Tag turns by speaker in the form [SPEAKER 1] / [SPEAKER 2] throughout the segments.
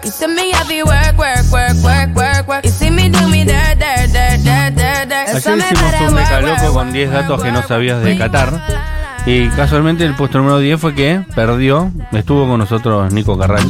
[SPEAKER 1] You see me happy work. You see me do me dirt.
[SPEAKER 2] Ayer hicimos un Mecaloco con 10 datos que no sabías de Qatar. Y casualmente el puesto número 10 fue que perdió, estuvo con nosotros Nico Carral,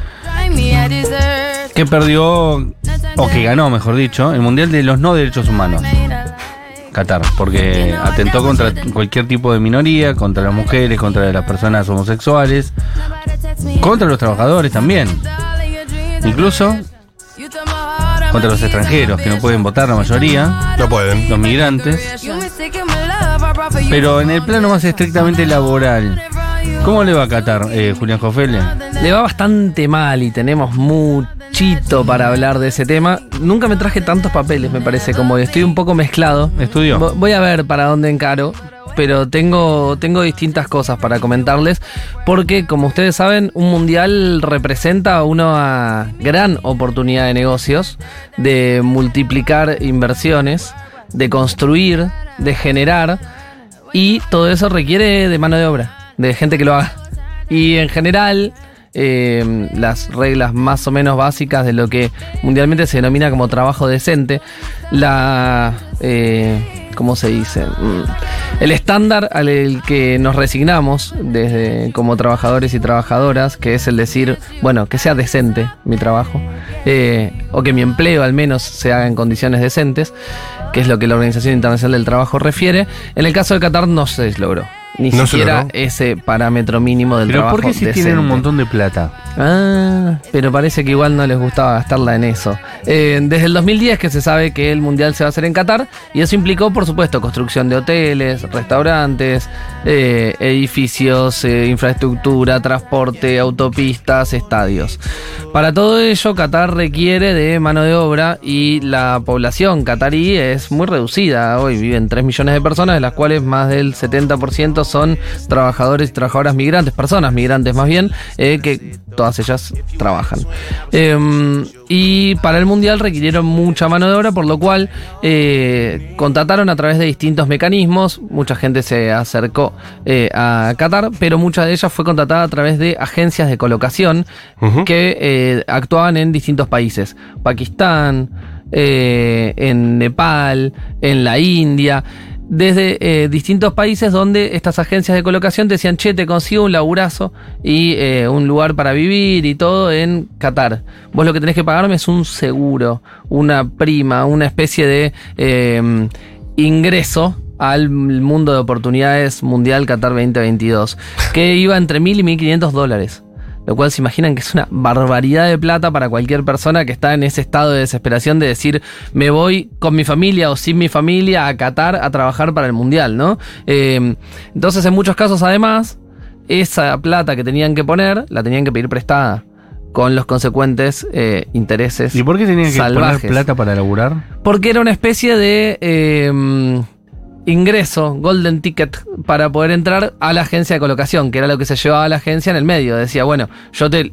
[SPEAKER 2] que perdió, o que ganó, mejor dicho, el Mundial de los no derechos humanos. Qatar, porque atentó contra cualquier tipo de minoría, contra las mujeres, contra las personas homosexuales, contra los trabajadores también, incluso contra los extranjeros, que no pueden votar la mayoría.
[SPEAKER 3] No pueden.
[SPEAKER 2] Los migrantes. Pero en el plano más estrictamente laboral, ¿cómo le va a Qatar, Julián Jofele?
[SPEAKER 4] Le va bastante mal y tenemos muchito para hablar de ese tema. Nunca me traje tantos papeles, me parece, como estoy un poco mezclado.
[SPEAKER 2] ¿Estudió?
[SPEAKER 4] Voy a ver para dónde encaro, pero tengo distintas cosas para comentarles, porque como ustedes saben, un mundial representa una gran oportunidad de negocios, de multiplicar inversiones, de construir, de generar, y todo eso requiere de mano de obra, de gente que lo haga. Y en general, las reglas más o menos básicas de lo que mundialmente se denomina como trabajo decente, ¿cómo se dice? El estándar al que nos resignamos desde como trabajadores y trabajadoras, que es el decir, bueno, que sea decente mi trabajo, o que mi empleo al menos se haga en condiciones decentes, que es lo que la Organización Internacional del Trabajo refiere. En el caso de Qatar no se logró. Ni
[SPEAKER 3] no
[SPEAKER 4] siquiera ese parámetro mínimo del trabajo.
[SPEAKER 2] ¿Pero por qué si
[SPEAKER 4] decente
[SPEAKER 2] tienen un montón de plata?
[SPEAKER 4] Pero parece que igual no les gustaba gastarla en eso. Desde el 2010 que se sabe que el mundial se va a hacer en Qatar, y eso implicó, por supuesto, construcción de hoteles, restaurantes, edificios, infraestructura, transporte, autopistas, estadios. Para todo ello, Qatar requiere de mano de obra, y la población qatarí es muy reducida. Hoy viven 3 millones de personas, de las cuales más del 70% son trabajadores y trabajadoras migrantes, personas migrantes más bien, que todas ellas trabajan. Y para el mundial requirieron mucha mano de obra, por lo cual contrataron a través de distintos mecanismos. Mucha gente se acercó a Qatar, pero mucha de ellas fue contratada a través de agencias de colocación que actuaban en distintos países: Pakistán, en Nepal, en la India. Desde distintos países donde estas agencias de colocación decían, che, te consigo un laburazo y un lugar para vivir y todo en Qatar. Vos lo que tenés que pagarme es un seguro, una prima, una especie de ingreso al mundo de oportunidades mundial Qatar 2022, que iba entre $1.000 y $1.500. Lo cual se imaginan que es una barbaridad de plata para cualquier persona que está en ese estado de desesperación de decir, me voy con mi familia o sin mi familia a Qatar a trabajar para el mundial, ¿no? Entonces, en muchos casos, además, esa plata que tenían que poner, la tenían que pedir prestada, con los consecuentes intereses.
[SPEAKER 2] ¿Y por qué tenían que
[SPEAKER 4] salvajes.
[SPEAKER 2] poner plata para laburar?
[SPEAKER 4] Porque era una especie de ingreso, golden ticket, para poder entrar a la agencia de colocación, que era lo que se llevaba a la agencia en el medio. Decía, bueno, yo te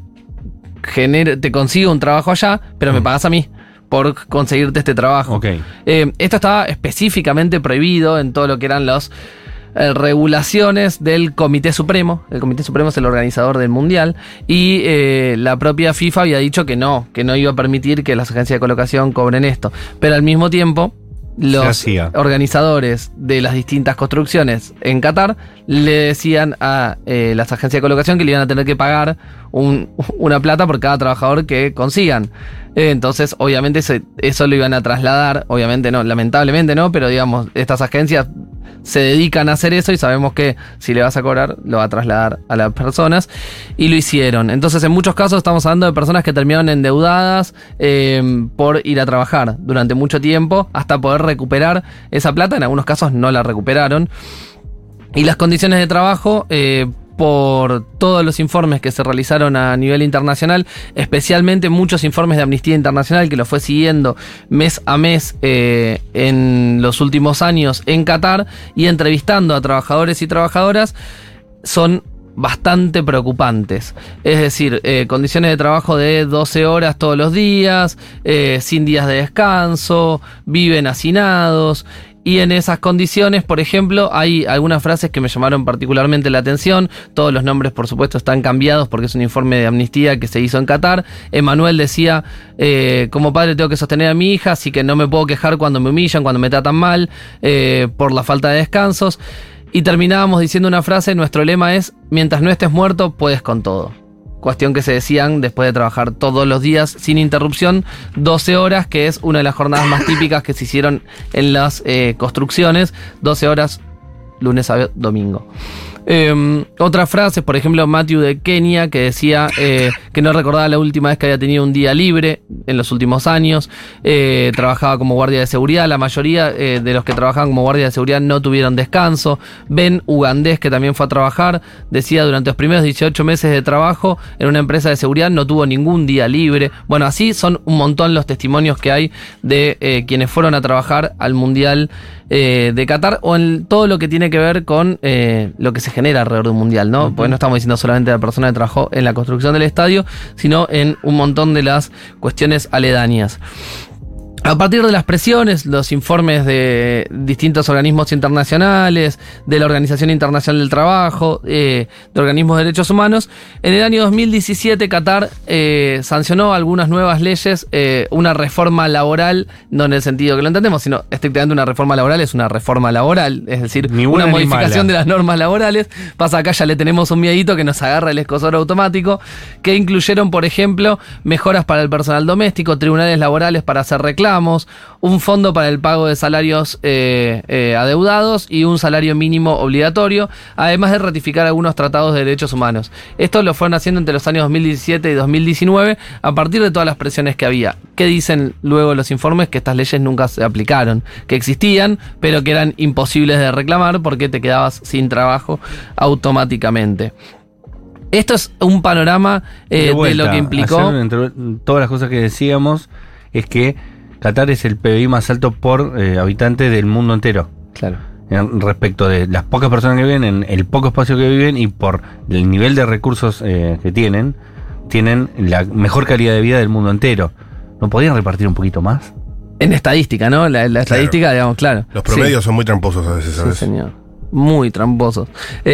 [SPEAKER 4] consigo un trabajo allá, pero me pagas a mí por conseguirte este trabajo.
[SPEAKER 2] Okay.
[SPEAKER 4] Esto estaba específicamente prohibido en todo lo que eran las regulaciones del Comité Supremo. El Comité Supremo es el organizador del Mundial, y la propia FIFA había dicho que no iba a permitir que las agencias de colocación cobren esto. Pero al mismo tiempo, los organizadores de las distintas construcciones en Qatar le decían a las agencias de colocación que le iban a tener que pagar una plata por cada trabajador que consigan. Entonces, obviamente, eso lo iban a trasladar. Obviamente no, lamentablemente no, pero digamos, estas agencias se dedican a hacer eso, y sabemos que si le vas a cobrar, lo va a trasladar a las personas, y lo hicieron. Entonces, en muchos casos estamos hablando de personas que terminaron endeudadas por ir a trabajar durante mucho tiempo hasta poder recuperar esa plata. En algunos casos no la recuperaron. Y las condiciones de trabajo, por todos los informes que se realizaron a nivel internacional, especialmente muchos informes de Amnistía Internacional, que lo fue siguiendo mes a mes en los últimos años en Qatar, y entrevistando a trabajadores y trabajadoras, son bastante preocupantes. Es decir, condiciones de trabajo de 12 horas todos los días, sin días de descanso, viven hacinados. y en esas condiciones, por ejemplo, hay algunas frases que me llamaron particularmente la atención. Todos los nombres, por supuesto, están cambiados porque es un informe de amnistía que se hizo en Qatar. Emanuel decía, como padre tengo que sostener a mi hija, así que no me puedo quejar cuando me humillan, cuando me tratan mal, por la falta de descansos. Y terminábamos diciendo una frase, nuestro lema es, mientras no estés muerto, puedes con todo. Cuestión que se decían después de trabajar todos los días sin interrupción, 12 horas, que es una de las jornadas más típicas que se hicieron en las construcciones, 12 horas, lunes a domingo. Otras frases, por ejemplo, Matthew de Kenia, que decía que no recordaba la última vez que había tenido un día libre en los últimos años. Trabajaba como guardia de seguridad. La mayoría de los que trabajaban como guardia de seguridad no tuvieron descanso. Ben, ugandés, que también fue a trabajar, decía durante los primeros 18 meses de trabajo en una empresa de seguridad no tuvo ningún día libre. Bueno, así son un montón los testimonios que hay de quienes fueron a trabajar al Mundial de Qatar, o en todo lo que tiene que ver con lo que se genera alrededor de un mundial, ¿no? Porque no estamos diciendo solamente de la persona que trabajó en la construcción del estadio, sino en un montón de las cuestiones aledañas. A partir de las presiones, los informes de distintos organismos internacionales, de la Organización Internacional del Trabajo, de organismos de derechos humanos, en el año 2017 Qatar sancionó algunas nuevas leyes, una reforma laboral, no en el sentido que lo entendemos, sino estrictamente una reforma laboral es una reforma laboral, es decir, una modificación de las normas laborales. Pasa acá, ya le tenemos un miedito que nos agarra el escosor automático, que incluyeron, por ejemplo, mejoras para el personal doméstico, tribunales laborales para hacer reclamos, un fondo para el pago de salarios adeudados y un salario mínimo obligatorio, además de ratificar algunos tratados de derechos humanos. Esto lo fueron haciendo entre los años 2017 y 2019 a partir de todas las presiones que había. ¿Qué dicen luego los informes? Que estas leyes nunca se aplicaron, que existían, pero que eran imposibles de reclamar porque te quedabas sin trabajo automáticamente. Esto es un panorama de lo que implicó.
[SPEAKER 2] Entre todas las cosas que decíamos, es que Qatar es el PBI más alto por habitante del mundo entero.
[SPEAKER 4] Claro.
[SPEAKER 2] Respecto de las pocas personas que viven, en el poco espacio que viven y por el nivel de recursos que tienen la mejor calidad de vida del mundo entero. ¿No podían repartir un poquito más?
[SPEAKER 4] En estadística, ¿no? La estadística, digamos, claro.
[SPEAKER 3] Los promedios son muy tramposos a veces, ¿sabes?
[SPEAKER 4] Sí, señor. Muy tramposos.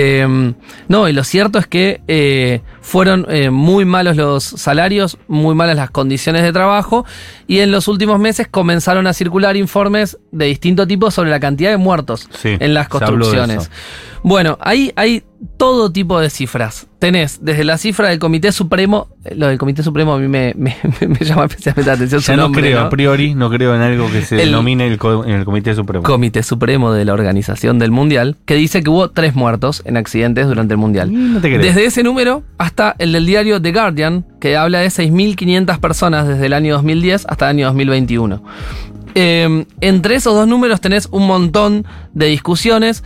[SPEAKER 4] No, y lo cierto es que fueron muy malos los salarios, muy malas las condiciones de trabajo, y en los últimos meses comenzaron a circular informes de distinto tipo sobre la cantidad de muertos en las construcciones. Bueno, ahí hay todo tipo de cifras. Tenés desde la cifra del Comité Supremo, lo del Comité Supremo a mí me llama especialmente la atención su nombre,
[SPEAKER 2] creo, ¿no? A priori, no creo en algo que se denomine el Comité Supremo. Comité
[SPEAKER 4] Supremo de la Organización del Mundial, que dice que hubo 3 muertos en accidentes durante el Mundial.
[SPEAKER 2] No te creo.
[SPEAKER 4] Desde ese número hasta el del diario The Guardian, que habla de 6.500 personas desde el año 2010 hasta el año 2021. Entre esos dos números tenés un montón de discusiones.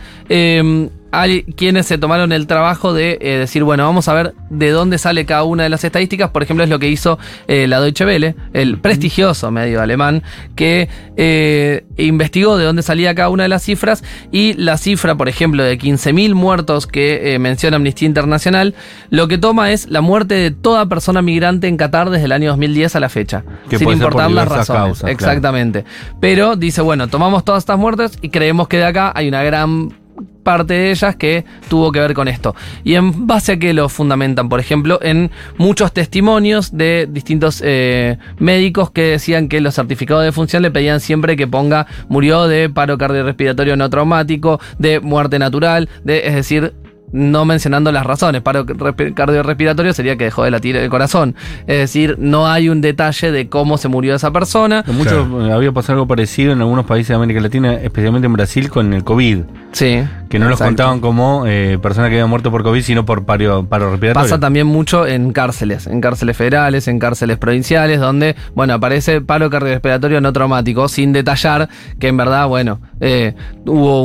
[SPEAKER 4] Hay quienes se tomaron el trabajo de decir, bueno, vamos a ver de dónde sale cada una de las estadísticas. Por ejemplo, es lo que hizo la Deutsche Welle, el prestigioso medio alemán, que investigó de dónde salía cada una de las cifras, y la cifra, por ejemplo, de 15.000 muertos que menciona Amnistía Internacional, lo que toma es la muerte de toda persona migrante en Qatar desde el año 2010 a la fecha,
[SPEAKER 2] que
[SPEAKER 4] sin importar las razones.
[SPEAKER 2] Causas,
[SPEAKER 4] exactamente. Claro. Pero dice, bueno, tomamos todas estas muertes y creemos que de acá hay una gran parte de ellas que tuvo que ver con esto. ¿Y en base a qué lo fundamentan? Por ejemplo, en muchos testimonios de distintos médicos que decían que los certificados de defunción le pedían siempre que ponga murió de paro cardiorrespiratorio no traumático, de muerte natural, es decir, no mencionando las razones. Paro cardiorrespiratorio sería que dejó de latir el corazón. Es decir, no hay un detalle de cómo se murió esa persona.
[SPEAKER 2] Había pasado algo parecido en algunos países de América Latina, especialmente en Brasil, con el COVID.
[SPEAKER 4] Sí.
[SPEAKER 2] Que no los contaban como personas que habían muerto por COVID, sino por paro respiratorio.
[SPEAKER 4] Pasa también mucho en cárceles federales, en cárceles provinciales, donde, bueno, aparece paro cardiorrespiratorio no traumático, sin detallar que en verdad, bueno, hubo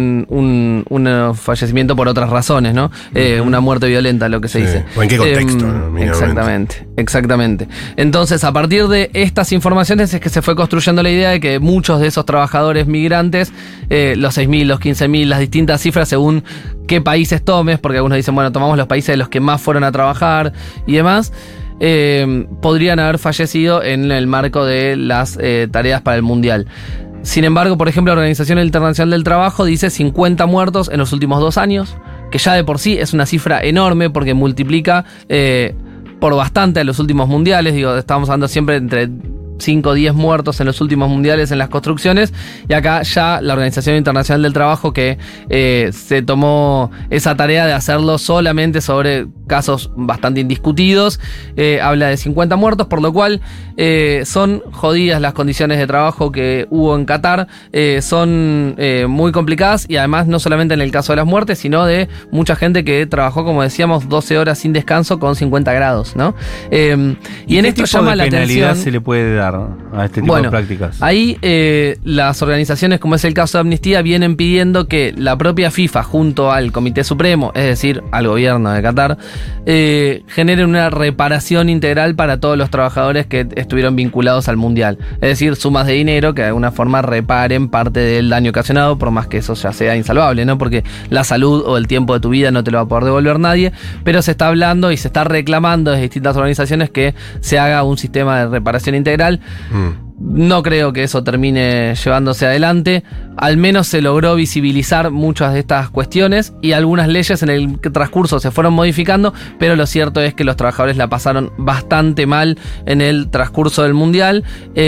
[SPEAKER 4] un fallecimiento por otras razones, ¿no? Una muerte violenta, lo que se dice.
[SPEAKER 3] ¿O en qué contexto?
[SPEAKER 4] Exactamente. Entonces, a partir de estas informaciones es que se fue construyendo la idea de que muchos de esos trabajadores migrantes, los 6.000, los 15.000, las distintas cifras según qué países tomes, porque algunos dicen, bueno, tomamos los países de los que más fueron a trabajar y demás, podrían haber fallecido en el marco de las tareas para el Mundial. Sin embargo, por ejemplo, la Organización Internacional del Trabajo dice 50 muertos en los últimos 2 años, que ya de por sí es una cifra enorme porque multiplica por bastante a los últimos mundiales. Digo, estamos hablando siempre entre 5 o 10 muertos en los últimos mundiales en las construcciones, y acá ya la Organización Internacional del Trabajo, que se tomó esa tarea de hacerlo solamente sobre casos bastante indiscutidos, habla de 50 muertos, por lo cual son jodidas las condiciones de trabajo que hubo en Qatar, son muy complicadas, y además no solamente en el caso de las muertes, sino de mucha gente que trabajó, como decíamos, 12 horas sin descanso con 50 grados, ¿no? Y en
[SPEAKER 2] ¿qué
[SPEAKER 4] esto
[SPEAKER 2] tipo
[SPEAKER 4] llama
[SPEAKER 2] de
[SPEAKER 4] la
[SPEAKER 2] penalidad
[SPEAKER 4] atención
[SPEAKER 2] se le puede dar a este tipo de prácticas?
[SPEAKER 4] Ahí las organizaciones, como es el caso de Amnistía, vienen pidiendo que la propia FIFA, junto al Comité Supremo, es decir, al gobierno de Qatar, generen una reparación integral para todos los trabajadores que estuvieron vinculados al Mundial. Es decir, sumas de dinero que de alguna forma reparen parte del daño ocasionado, por más que eso ya sea insalvable, ¿no? Porque la salud o el tiempo de tu vida no te lo va a poder devolver nadie, pero se está hablando y se está reclamando desde distintas organizaciones que se haga un sistema de reparación integral. No creo que eso termine llevándose adelante. Al menos se logró visibilizar muchas de estas cuestiones y algunas leyes en el transcurso se fueron modificando, pero lo cierto es que los trabajadores la pasaron bastante mal en el transcurso del Mundial,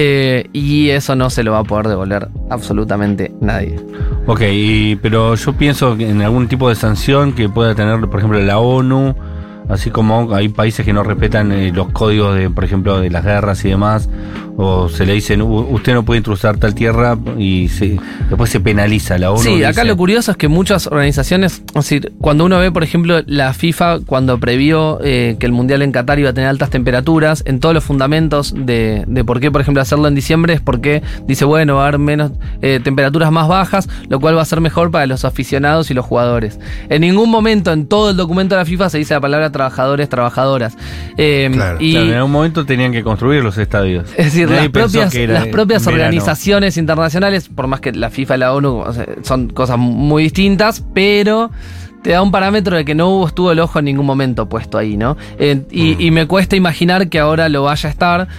[SPEAKER 4] y eso no se lo va a poder devolver absolutamente nadie.
[SPEAKER 2] Ok, pero yo pienso en algún tipo de sanción que pueda tener, por ejemplo, la ONU. Así como hay países que no respetan los códigos de, por ejemplo, de las guerras y demás, o se le dicen, usted no puede intrusar tal tierra, y después se penaliza la ONU.
[SPEAKER 4] Sí, acá
[SPEAKER 2] dice,
[SPEAKER 4] lo curioso es que muchas organizaciones, es decir, cuando uno ve, por ejemplo, la FIFA, cuando previó que el Mundial en Qatar iba a tener altas temperaturas, en todos los fundamentos de por qué, por ejemplo, hacerlo en diciembre, es porque dice, bueno, va a haber menos temperaturas más bajas, lo cual va a ser mejor para los aficionados y los jugadores. En ningún momento en todo el documento de la FIFA se dice la palabra trabajadores, trabajadoras.
[SPEAKER 2] Claro, en algún momento tenían que construir los estadios.
[SPEAKER 4] Es decir, las propias
[SPEAKER 2] verano.
[SPEAKER 4] organizaciones internacionales, por más que la FIFA y la ONU, o sea, son cosas muy distintas, pero te da un parámetro de que no estuvo el ojo en ningún momento puesto ahí, ¿no? Y me cuesta imaginar que ahora lo vaya a estar.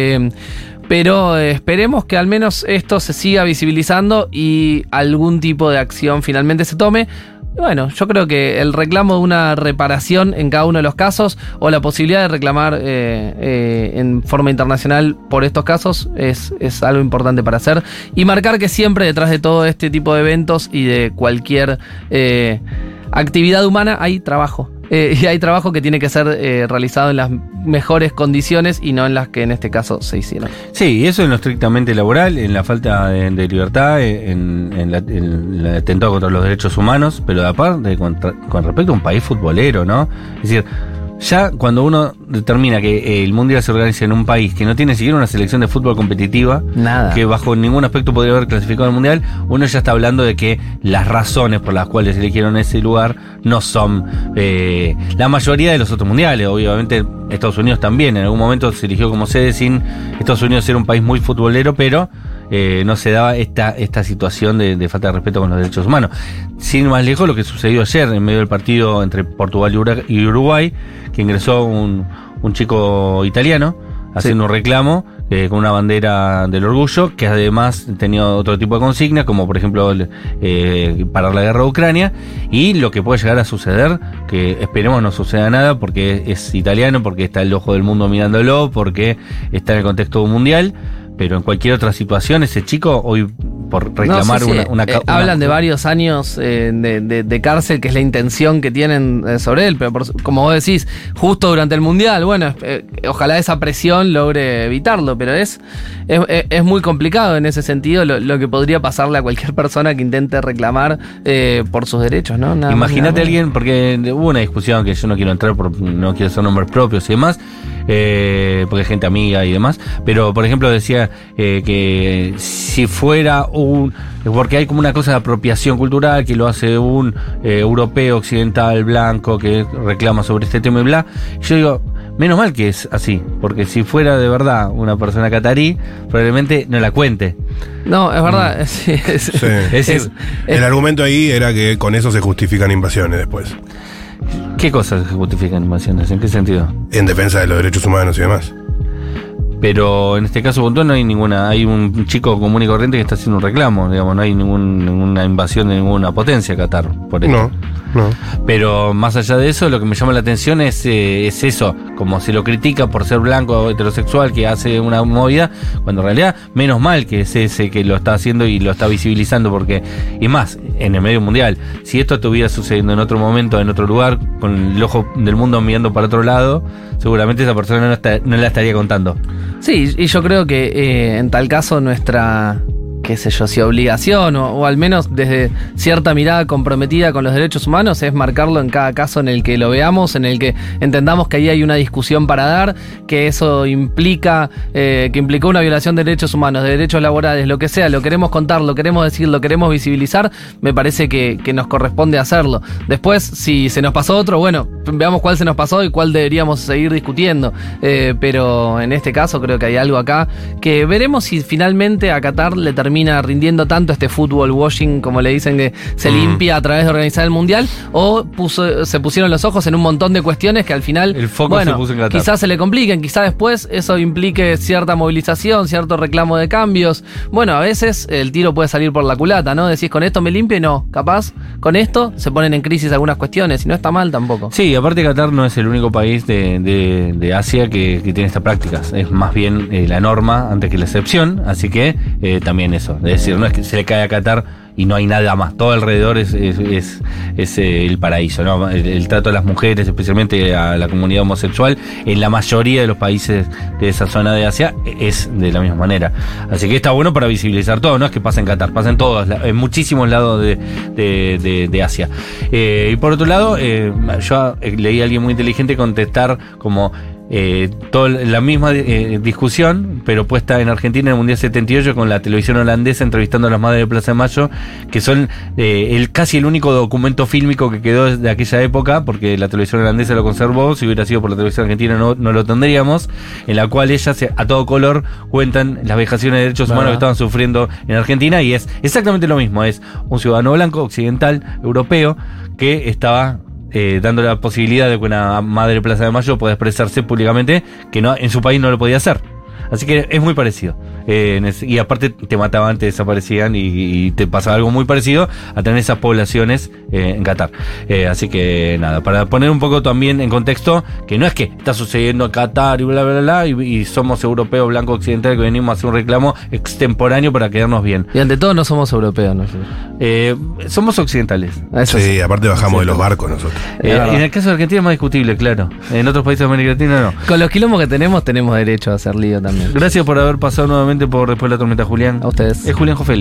[SPEAKER 4] Pero esperemos que al menos esto se siga visibilizando y algún tipo de acción finalmente se tome. Bueno, yo creo que el reclamo de una reparación en cada uno de los casos, o la posibilidad de reclamar en forma internacional por estos casos, es algo importante para hacer, y marcar que siempre detrás de todo este tipo de eventos y de cualquier actividad humana hay trabajo. Y hay trabajo que tiene que ser realizado en las mejores condiciones y no en las que en este caso se hicieron.
[SPEAKER 2] Sí, y eso en lo estrictamente laboral, en la falta de libertad, en el atentado contra los derechos humanos, pero aparte con respecto a un país futbolero, ¿no? Es decir, ya cuando uno determina que el Mundial se organiza en un país que no tiene siquiera una selección de fútbol competitiva,
[SPEAKER 4] nada,
[SPEAKER 2] que bajo ningún aspecto podría haber clasificado al Mundial, uno ya está hablando de que las razones por las cuales eligieron ese lugar no son la mayoría de los otros mundiales. Obviamente Estados Unidos también en algún momento se eligió como sede sin Estados Unidos ser un país muy futbolero, pero no se daba esta situación de falta de respeto con los derechos humanos. Sin más lejos, lo que sucedió ayer en medio del partido entre Portugal y Uruguay, que ingresó un chico italiano haciendo un reclamo con una bandera del orgullo, que además tenía otro tipo de consignas, como por ejemplo parar la guerra de Ucrania, y lo que puede llegar a suceder, que esperemos no suceda nada, porque es italiano, porque está el ojo del mundo mirándolo, porque está en el contexto mundial. Pero en cualquier otra situación, ese chico hoy, por reclamar una
[SPEAKER 4] hablan de varios años de cárcel, que es la intención que tienen sobre él, pero como vos decís, justo durante el Mundial, bueno, ojalá esa presión logre evitarlo, pero es muy complicado en ese sentido lo que podría pasarle a cualquier persona que intente reclamar por sus derechos, ¿no?
[SPEAKER 2] Imagínate a alguien, porque hubo una discusión que yo no quiero entrar, no quiero hacer nombres propios y demás, porque hay gente amiga y demás, pero por ejemplo decía que si fuera porque hay como una cosa de apropiación cultural que lo hace un europeo occidental blanco que reclama sobre este tema y bla, yo digo, menos mal que es así, porque si fuera de verdad una persona catarí, probablemente no la cuente.
[SPEAKER 4] No, es verdad.
[SPEAKER 3] El argumento ahí era que con eso se justifican invasiones después.
[SPEAKER 2] ¿Qué cosas se justifican invasiones? ¿En qué sentido?
[SPEAKER 3] En defensa de los derechos humanos y demás.
[SPEAKER 2] Pero en este caso puntual no hay ninguna, hay un chico común y corriente que está haciendo un reclamo, digamos, no hay ninguna invasión de ninguna potencia Qatar por esto.
[SPEAKER 3] No.
[SPEAKER 2] Pero más allá de eso, lo que me llama la atención es eso, como se lo critica por ser blanco o heterosexual, que hace una movida, cuando en realidad, menos mal que es ese que lo está haciendo y lo está visibilizando, porque, y más, en el medio mundial, si esto estuviera sucediendo en otro momento, en otro lugar, con el ojo del mundo mirando para otro lado, seguramente esa persona no la estaría contando.
[SPEAKER 4] Sí, y yo creo que en tal caso nuestra, qué sé yo, si obligación o al menos desde cierta mirada comprometida con los derechos humanos es marcarlo en cada caso en el que lo veamos, en el que entendamos que ahí hay una discusión para dar, que eso implica, que implicó una violación de derechos humanos, de derechos laborales, lo que sea, lo queremos contar, lo queremos decir, lo queremos visibilizar, me parece que nos corresponde hacerlo. Después, si se nos pasó otro, bueno, veamos cuál se nos pasó y cuál deberíamos seguir discutiendo, pero en este caso creo que hay algo acá que veremos si finalmente a Qatar le termina rindiendo tanto este fútbol washing, como le dicen, que se limpia a través de organizar el mundial, o se pusieron los ojos en un montón de cuestiones que al final,
[SPEAKER 2] el foco se puso en Qatar.
[SPEAKER 4] Quizás se le compliquen, quizás después eso implique cierta movilización, cierto reclamo de cambios. Bueno, a veces el tiro puede salir por la culata, ¿no? Decís, con esto me limpio y no, capaz con esto se ponen en crisis algunas cuestiones y no está mal tampoco.
[SPEAKER 2] Sí, aparte Qatar no es el único país de Asia que tiene estas prácticas, es más bien la norma antes que la excepción, así que también eso. Es decir, no es que se le cae a Qatar y no hay nada más. Todo alrededor es el paraíso, ¿no? El trato a las mujeres, especialmente a la comunidad homosexual, en la mayoría de los países de esa zona de Asia es de la misma manera. Así que está bueno para visibilizar todo. No es que pasa en Qatar, pasa en todos, en muchísimos lados de Asia. Y por otro lado, yo leí a alguien muy inteligente contestar como toda la misma discusión, pero puesta en Argentina en el Mundial 78 con la televisión holandesa entrevistando a las madres de Plaza de Mayo, que son casi el único documento fílmico que quedó de aquella época, porque la televisión holandesa lo conservó, si hubiera sido por la televisión argentina no lo tendríamos, en la cual ellas a todo color cuentan las vejaciones de derechos humanos que estaban sufriendo en Argentina, y es exactamente lo mismo, es un ciudadano blanco, occidental, europeo, que estaba dando la posibilidad de que una madre de Plaza de Mayo pueda expresarse públicamente, que no, en su país no lo podía hacer. Así que es muy parecido. Y aparte te mataban, te desaparecían y te pasaba algo muy parecido a tener esas poblaciones en Qatar. Así que nada, para poner un poco también en contexto, que no es que está sucediendo en Qatar y bla bla bla, y somos europeos, blancos, occidentales, que venimos a hacer un reclamo extemporáneo para quedarnos bien.
[SPEAKER 4] Y ante todo no somos europeos nosotros.
[SPEAKER 2] Somos occidentales.
[SPEAKER 3] Eso sí, aparte bajamos de los barcos nosotros.
[SPEAKER 2] En el caso de Argentina es más discutible, claro. En otros países de América Latina no.
[SPEAKER 4] Con los quilombos que tenemos derecho a hacer lío también.
[SPEAKER 2] Gracias por haber pasado nuevamente por Después de la Tormenta, Julián.
[SPEAKER 4] A ustedes.
[SPEAKER 2] Es Julián Jofel.